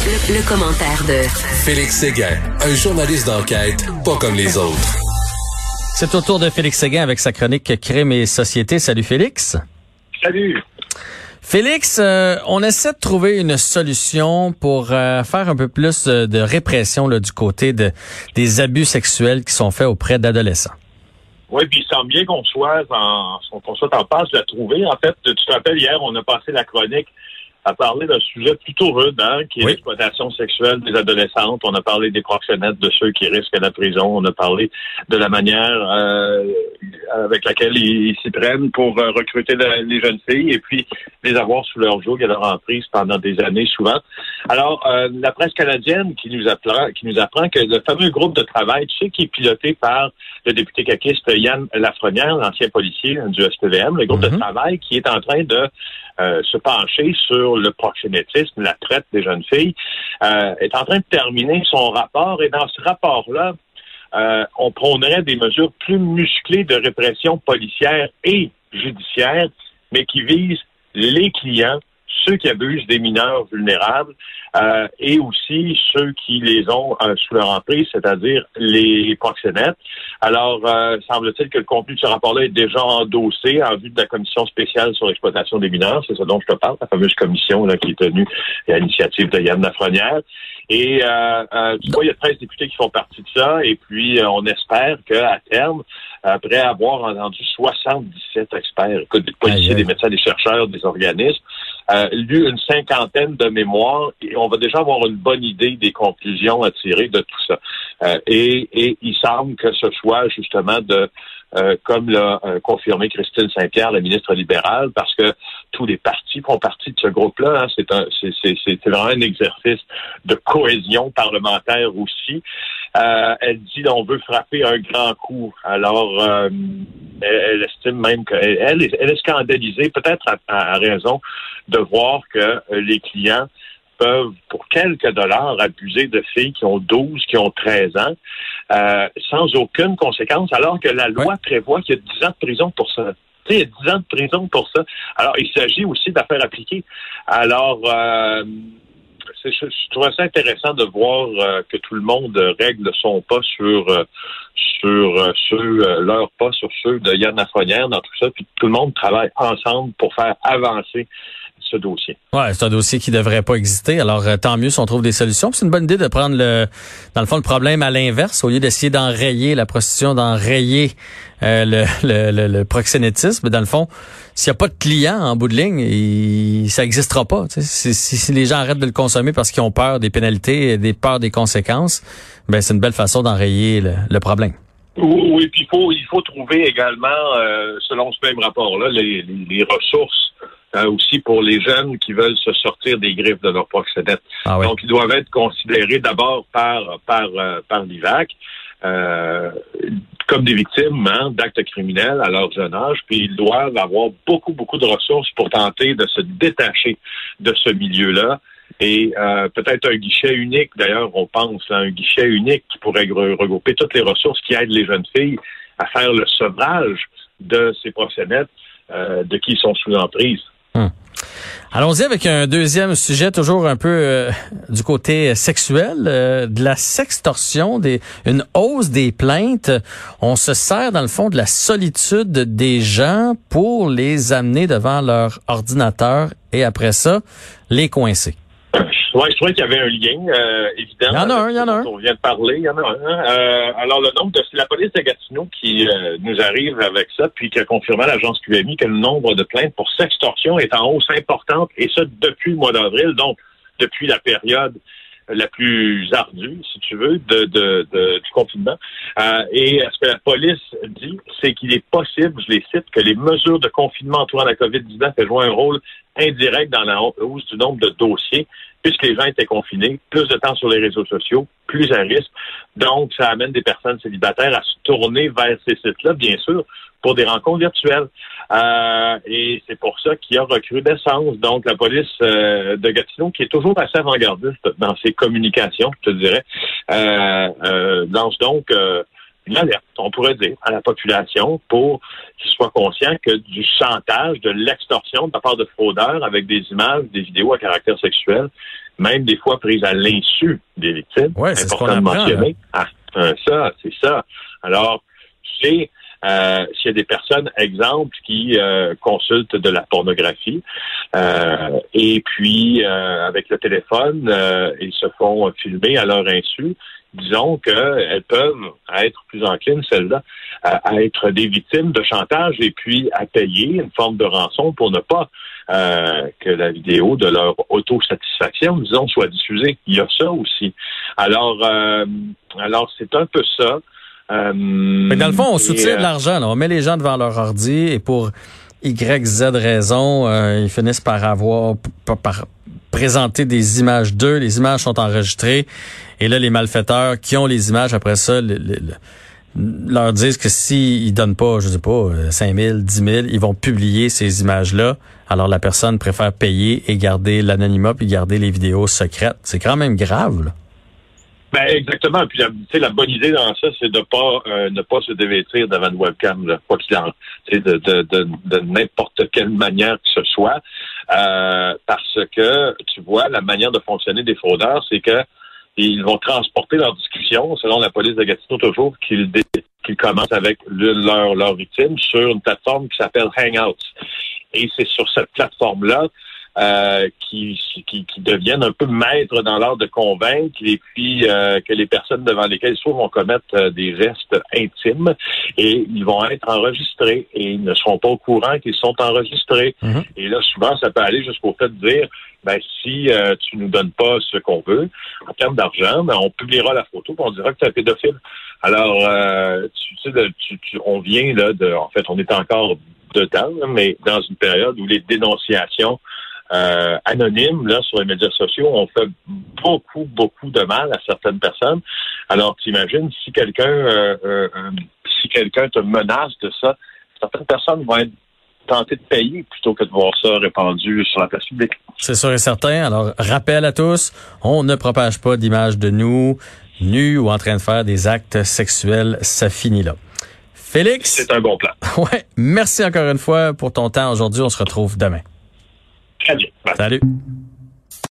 Le commentaire de Félix Séguin, un journaliste d'enquête pas comme les autres. C'est au tour de Félix Séguin avec sa chronique Crime et Société. Salut Félix. Salut. Félix, on essaie de trouver une solution pour faire un peu plus de répression là, du côté des abus sexuels qui sont faits auprès d'adolescents. Oui, puis il semble bien qu'on soit en passe de la trouver. En fait, tu te rappelles, hier, on a passé la chronique à parler d'un sujet plutôt rude, qui est l'exploitation sexuelle des adolescentes. On a parlé des proxénètes, de ceux qui risquent la prison. On a parlé de la manière avec laquelle ils s'y prennent pour recruter les jeunes filles et puis les avoir sous leur joug et leur emprise pendant des années souvent. Alors, la presse canadienne qui nous apprend que le fameux groupe de travail, tu sais, qui est piloté par le député caquiste Yann Lafrenière, l'ancien policier du SPVM, le groupe de travail qui est en train de se pencher sur le proxénétisme, la traite des jeunes filles, est en train de terminer son rapport. Et dans ce rapport-là, on prônerait des mesures plus musclées de répression policière et judiciaire, mais qui visent les clients, ceux qui abusent des mineurs vulnérables et aussi ceux qui les ont sous leur emprise, c'est-à-dire les proxénètes. Alors, semble-t-il que le contenu de ce rapport-là est déjà endossé en vue de la commission spéciale sur l'exploitation des mineurs. C'est ça dont je te parle, la fameuse commission là, qui est tenue à l'initiative de Yann Lafrenière. Et tu vois, il y a 13 députés qui font partie de ça. Et puis, on espère qu'à terme, après avoir entendu 77 experts, écoute, des policiers, des médecins, des chercheurs, des organismes, lu une cinquantaine de mémoires, et on va déjà avoir une bonne idée des conclusions à tirer de tout ça. Et il semble que ce soit justement comme l'a confirmé Christine Saint-Pierre, la ministre libérale, parce que tous les partis font partie de ce groupe-là. C'est vraiment un exercice de cohésion parlementaire aussi. Elle dit qu'on veut frapper un grand coup. Alors, elle estime même qu'elle est scandalisée, peut-être à raison, de voir que les clients peuvent, pour quelques dollars, abuser de filles qui ont 12, qui ont 13 ans, sans aucune conséquence, alors que la loi prévoit qu'il y a 10 ans de prison pour ça. Tu sais, il y a 10 ans de prison pour ça. Alors, il s'agit aussi d'affaires appliquées. Alors, je trouve ça intéressant de voir que tout le monde règle son pas sur leur pas sur ceux de Yann Lafrenière dans tout ça, puis tout le monde travaille ensemble pour faire avancer ce dossier. Ouais, c'est un dossier qui devrait pas exister. Alors, tant mieux si on trouve des solutions. Puis c'est une bonne idée de prendre dans le fond, le problème à l'inverse, au lieu d'essayer d'enrayer la prostitution, d'enrayer le proxénétisme. Dans le fond, s'il n'y a pas de clients en bout de ligne, ça n'existera pas. Si les gens arrêtent de le consommer parce qu'ils ont peur des pénalités, peurs des conséquences, ben c'est une belle façon d'enrayer le problème. Oui, puis il faut trouver également, selon ce même rapport-là, les ressources aussi pour les jeunes qui veulent se sortir des griffes de leur proxénète. Ah oui. Donc, ils doivent être considérés d'abord par l'IVAC comme des victimes d'actes criminels à leur jeune âge, puis ils doivent avoir beaucoup de ressources pour tenter de se détacher de ce milieu-là. Et peut-être un guichet unique, d'ailleurs, on pense à un guichet unique qui pourrait regrouper toutes les ressources qui aident les jeunes filles à faire le sevrage de ces proxénètes de qui ils sont sous emprise. Allons-y avec un deuxième sujet, toujours un peu du côté sexuel, de la sextorsion, une hausse des plaintes. On se sert dans le fond de la solitude des gens pour les amener devant leur ordinateur et après ça, les coincer. Oui, je trouvais qu'il y avait un lien, évident. Il y en a un. On vient de parler, il y en a un. Alors, le nombre c'est la police de Gatineau qui nous arrive avec ça, puis qui a confirmé à l'agence QMI que le nombre de plaintes pour sextorsion est en hausse importante, et ça depuis le mois d'avril, donc depuis la période la plus ardue, si tu veux, du confinement. Et ce que la police dit, c'est qu'il est possible, je les cite, que les mesures de confinement entourant la COVID-19 aient joué un rôle indirect dans la hausse du nombre de dossiers, puisque les gens étaient confinés, plus de temps sur les réseaux sociaux, plus à risque. Donc, ça amène des personnes célibataires à se tourner vers ces sites-là, bien sûr, pour des rencontres virtuelles. Et c'est pour ça qu'il y a recrudescence. Donc, la police de Gatineau, qui est toujours assez avant-gardiste dans ses communications, je te dirais, lance donc une alerte, on pourrait dire, à la population pour qu'ils soient conscients que du chantage, de l'extorsion de la part de fraudeurs avec des images, des vidéos à caractère sexuel même des fois prises à l'insu des victimes. Ouais, c'est important ce qu'on de apprend, mentionner. C'est ça. Alors, tu sais, s'il y a des personnes, exemple, qui consultent de la pornographie, et puis avec le téléphone, ils se font filmer à leur insu, disons qu'elles peuvent être plus enclines, celles-là, à être des victimes de chantage et puis à payer une forme de rançon pour ne pas que la vidéo de leur autosatisfaction, disons, soit diffusée. Il y a ça aussi. Alors c'est un peu ça. Mais dans le fond, on soutient de l'argent. Là. On met les gens devant leur ordi et pour Y, Z raison, ils finissent par par présenter des images d'eux. Les images sont enregistrées. Et là, les malfaiteurs qui ont les images, après ça, leur disent que s'ils donnent pas, je sais pas, 5 000, 10 000, ils vont publier ces images-là. Alors, la personne préfère payer et garder l'anonymat puis garder les vidéos secrètes. C'est quand même grave, là. Ben exactement. Puis la bonne idée dans ça, c'est de ne pas se dévêtir devant une webcam, là, quoi qu'il en, de n'importe quelle manière que ce soit, parce que tu vois la manière de fonctionner des fraudeurs, c'est que ils vont transporter leur discussion, selon la police de Gatineau toujours, qu'ils commencent avec leur victime sur une plateforme qui s'appelle Hangouts. Et c'est sur cette plateforme-là qui deviennent un peu maîtres dans l'art de convaincre et puis que les personnes devant lesquelles ils se trouvent vont commettre des gestes intimes et ils vont être enregistrés et ils ne seront pas au courant qu'ils sont enregistrés. Mm-hmm. Et là, souvent, ça peut aller jusqu'au fait de dire si tu nous donnes pas ce qu'on veut en termes d'argent, on publiera la photo et on dira que tu es un pédophile. Alors, on vient là en fait, on est encore dedans, mais dans une période où les dénonciations anonymes là sur les médias sociaux ont fait beaucoup de mal à certaines personnes. Alors, t'imagines si quelqu'un te menace de ça, certaines personnes vont être tentées de payer plutôt que de voir ça répandu sur la place publique. C'est sûr et certain. Alors, rappel à tous, on ne propage pas d'images de nous nus ou en train de faire des actes sexuels. Ça finit là. Félix. C'est un bon plan. Ouais. Merci encore une fois pour ton temps aujourd'hui. On se retrouve demain. Très bien. Bye. Salut.